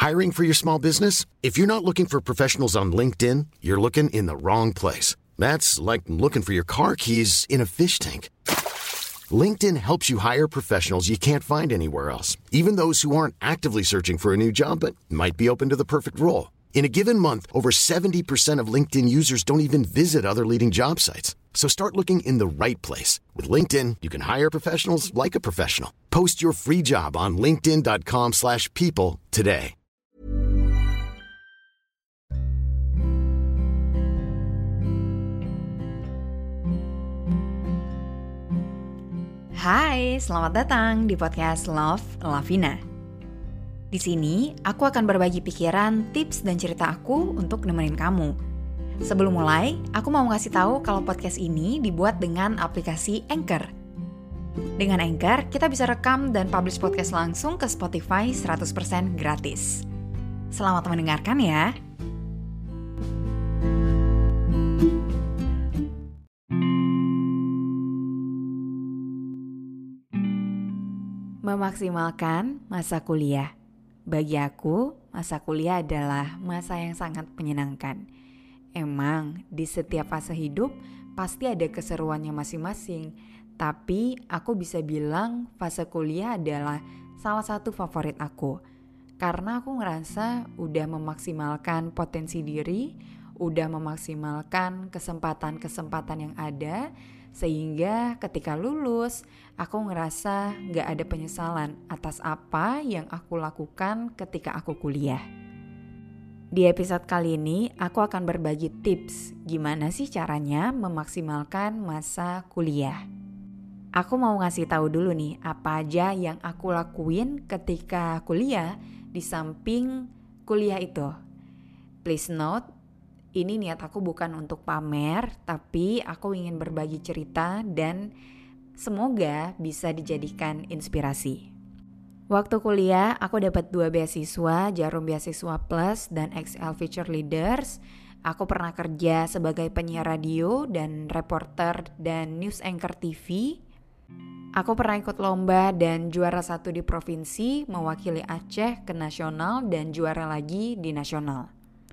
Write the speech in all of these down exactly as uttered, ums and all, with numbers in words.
Hiring for your small business? If you're not looking for professionals on LinkedIn, you're looking in the wrong place. That's like looking for your car keys in a fish tank. LinkedIn helps you hire professionals you can't find anywhere else, even those who aren't actively searching for a new job but might be open to the perfect role. In a given month, over seventy percent of LinkedIn users don't even visit other leading job sites. So start looking in the right place. With LinkedIn, you can hire professionals like a professional. Post your free job on linkedin.com slash people today. Hai, selamat datang di podcast Love Lavina. Di sini, aku akan berbagi pikiran, tips, dan cerita aku untuk nemenin kamu. Sebelum mulai, aku mau ngasih tahu kalau podcast ini dibuat dengan aplikasi Anchor. Dengan Anchor, kita bisa rekam dan publish podcast langsung ke Spotify seratus persen gratis. Selamat mendengarkan ya. Memaksimalkan masa kuliah. Bagi aku, masa kuliah adalah masa yang sangat menyenangkan. Emang di setiap fase hidup pasti ada keseruannya masing-masing, tapi aku bisa bilang fase kuliah adalah salah satu favorit aku. Karena aku ngerasa udah memaksimalkan potensi diri, udah memaksimalkan kesempatan-kesempatan yang ada, sehingga ketika lulus, aku ngerasa gak ada penyesalan atas apa yang aku lakukan ketika aku kuliah. Di episode kali ini, aku akan berbagi tips gimana sih caranya memaksimalkan masa kuliah. Aku mau ngasih tahu dulu nih, apa aja yang aku lakuin ketika kuliah di samping kuliah itu. Please note, ini niat aku bukan untuk pamer, tapi aku ingin berbagi cerita dan semoga bisa dijadikan inspirasi. Waktu kuliah, aku dapat dua beasiswa, Jarum Beasiswa Plus dan X L Future Leaders. Aku pernah kerja sebagai penyiar radio dan reporter dan news anchor T V. Aku pernah ikut lomba dan juara satu di provinsi, mewakili Aceh ke nasional dan juara lagi di nasional.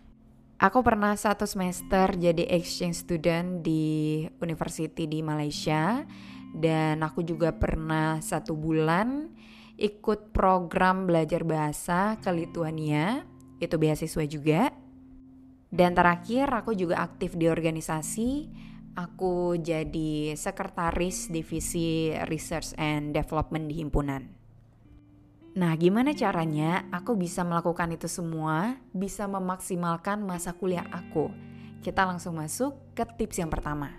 Aku pernah satu semester jadi exchange student di university di Malaysia, dan aku juga pernah satu bulan ikut program belajar bahasa ke Lithuania, itu beasiswa juga. Dan terakhir aku juga aktif di organisasi, aku jadi sekretaris divisi Research and Development di himpunan. Nah, gimana caranya aku bisa melakukan itu semua, bisa memaksimalkan masa kuliah aku? Kita langsung masuk ke tips yang pertama.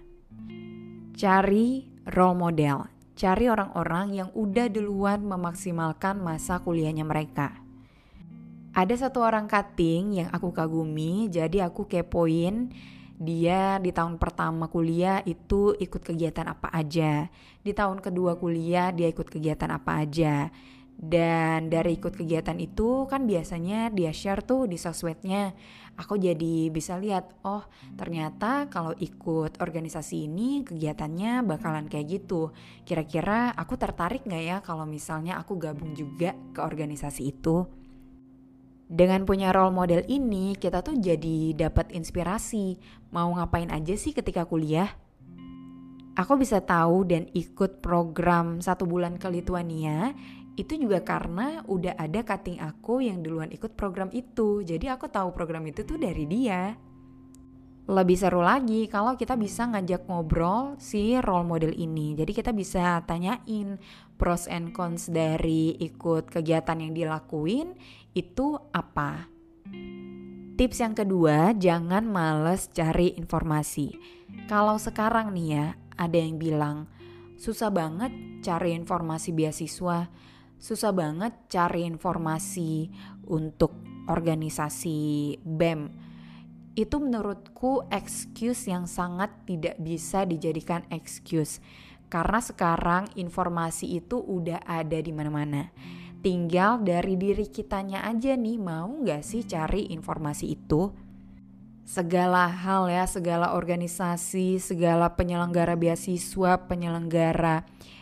Cari role model, cari orang-orang yang udah duluan memaksimalkan masa kuliahnya mereka. Ada satu orang cutting yang aku kagumi, jadi aku kepoin dia di tahun pertama kuliah itu ikut kegiatan apa aja. Di tahun kedua kuliah dia ikut kegiatan apa aja. Dan dari ikut kegiatan itu kan biasanya dia share tuh di sosmednya. Aku jadi bisa lihat, oh ternyata kalau ikut organisasi ini kegiatannya bakalan kayak gitu. Kira-kira aku tertarik gak ya kalau misalnya aku gabung juga ke organisasi itu? Dengan punya role model ini, kita tuh jadi dapat inspirasi. Mau ngapain aja sih ketika kuliah? Aku bisa tahu dan ikut program satu bulan ke Lithuania. Itu juga karena udah ada cutting aku yang duluan ikut program itu. Jadi aku tahu program itu tuh dari dia. Lebih seru lagi kalau kita bisa ngajak ngobrol si role model ini. Jadi kita bisa tanyain pros and cons dari ikut kegiatan yang dilakuin itu apa. Tips yang kedua, jangan males cari informasi. Kalau sekarang nih ya, ada yang bilang susah banget cari informasi beasiswa, susah banget cari informasi untuk organisasi B E M. Itu menurutku excuse yang sangat tidak bisa dijadikan excuse. Karena sekarang informasi itu udah ada di mana-mana. Tinggal dari diri kitanya aja nih, mau gak sih cari informasi itu? Segala hal ya, segala organisasi, segala penyelenggara beasiswa, penyelenggara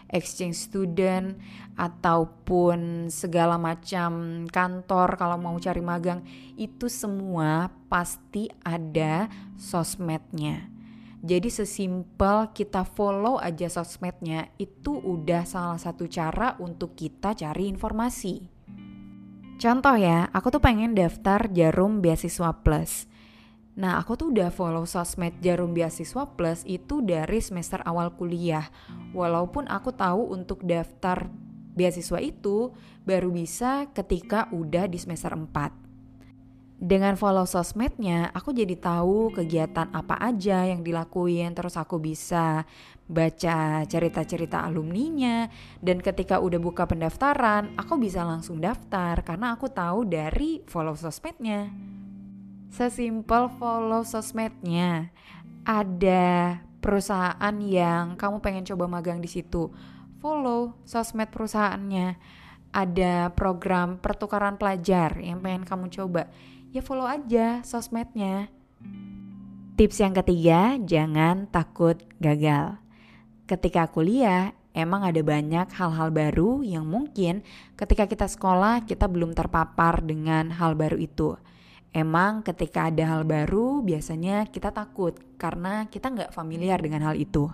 exchange student, ataupun segala macam kantor kalau mau cari magang, itu semua pasti ada sosmednya. Jadi sesimpel kita follow aja sosmednya, itu udah salah satu cara untuk kita cari informasi. Contoh ya, aku tuh pengen daftar Jarum Beasiswa Plus. Nah, aku tuh udah follow sosmed Jarum Beasiswa Plus itu dari semester awal kuliah. Walaupun aku tahu untuk daftar beasiswa itu baru bisa ketika udah di semester empat. Dengan follow sosmednya, aku jadi tahu kegiatan apa aja yang dilakuin, terus aku bisa baca cerita-cerita alumninya, dan ketika udah buka pendaftaran, aku bisa langsung daftar karena aku tahu dari follow sosmednya. Sesimpel follow sosmednya. Ada perusahaan yang kamu pengen coba magang di situ, follow sosmed perusahaannya. Ada program pertukaran pelajar yang pengen kamu coba, ya follow aja sosmednya. Tips yang ketiga, jangan takut gagal. Ketika kuliah, emang ada banyak hal-hal baru yang mungkin ketika kita sekolah kita belum terpapar dengan hal baru itu. Emang ketika ada hal baru biasanya kita takut karena kita gak familiar dengan hal itu.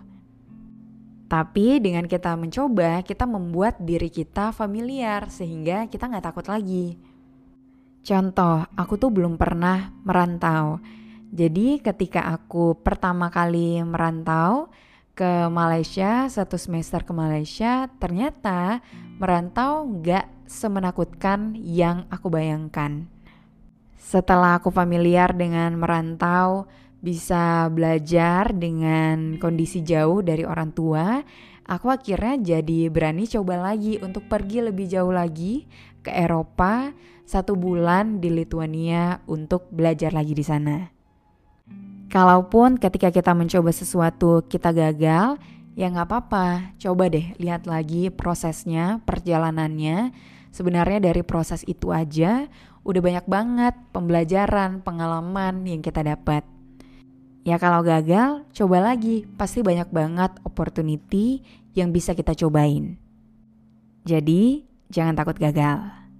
Tapi dengan kita mencoba, kita membuat diri kita familiar sehingga kita gak takut lagi. Contoh, aku tuh belum pernah merantau. Jadi ketika aku pertama kali merantau ke Malaysia, satu semester ke Malaysia, ternyata merantau gak semenakutkan yang aku bayangkan. Setelah aku familiar dengan merantau, bisa belajar dengan kondisi jauh dari orang tua, aku akhirnya jadi berani coba lagi untuk pergi lebih jauh lagi ke Eropa, satu bulan di Lithuania untuk belajar lagi di sana. Kalaupun ketika kita mencoba sesuatu kita gagal, ya gak apa-apa, coba deh lihat lagi prosesnya, perjalanannya. Sebenarnya dari proses itu aja udah banyak banget pembelajaran, pengalaman yang kita dapat. Ya kalau gagal, coba lagi. Pasti banyak banget opportunity yang bisa kita cobain. Jadi, jangan takut gagal.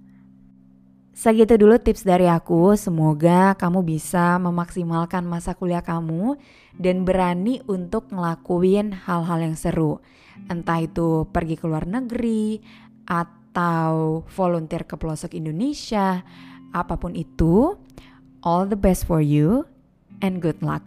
Segitu dulu tips dari aku. Semoga kamu bisa memaksimalkan masa kuliah kamu dan berani untuk ngelakuin hal-hal yang seru. Entah itu pergi ke luar negeri, atau volunteer ke pelosok Indonesia, apapun itu, all the best for you and good luck.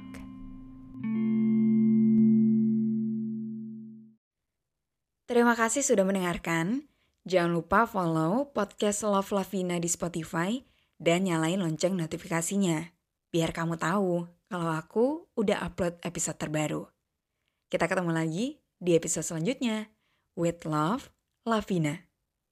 Terima kasih sudah mendengarkan. Jangan lupa follow podcast Love Lavina di Spotify dan nyalain lonceng notifikasinya, biar kamu tahu kalau aku udah upload episode terbaru. Kita ketemu lagi di episode selanjutnya. With love, Lavina.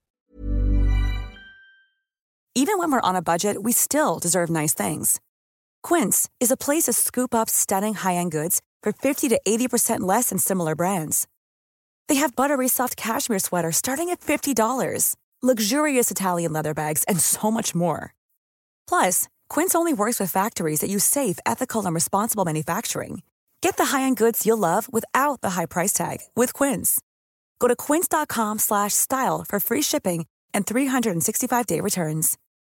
Even when we're on a budget, we still deserve nice things. Quince is a place to scoop up stunning high-end goods for fifty to eighty percent less than similar brands. They have buttery soft cashmere sweaters starting at fifty dollars, luxurious Italian leather bags, and so much more. Plus, Quince only works with factories that use safe, ethical, and responsible manufacturing. Get the high-end goods you'll love without the high price tag with Quince. Go to quince.com slash style for free shipping and three sixty-five day returns.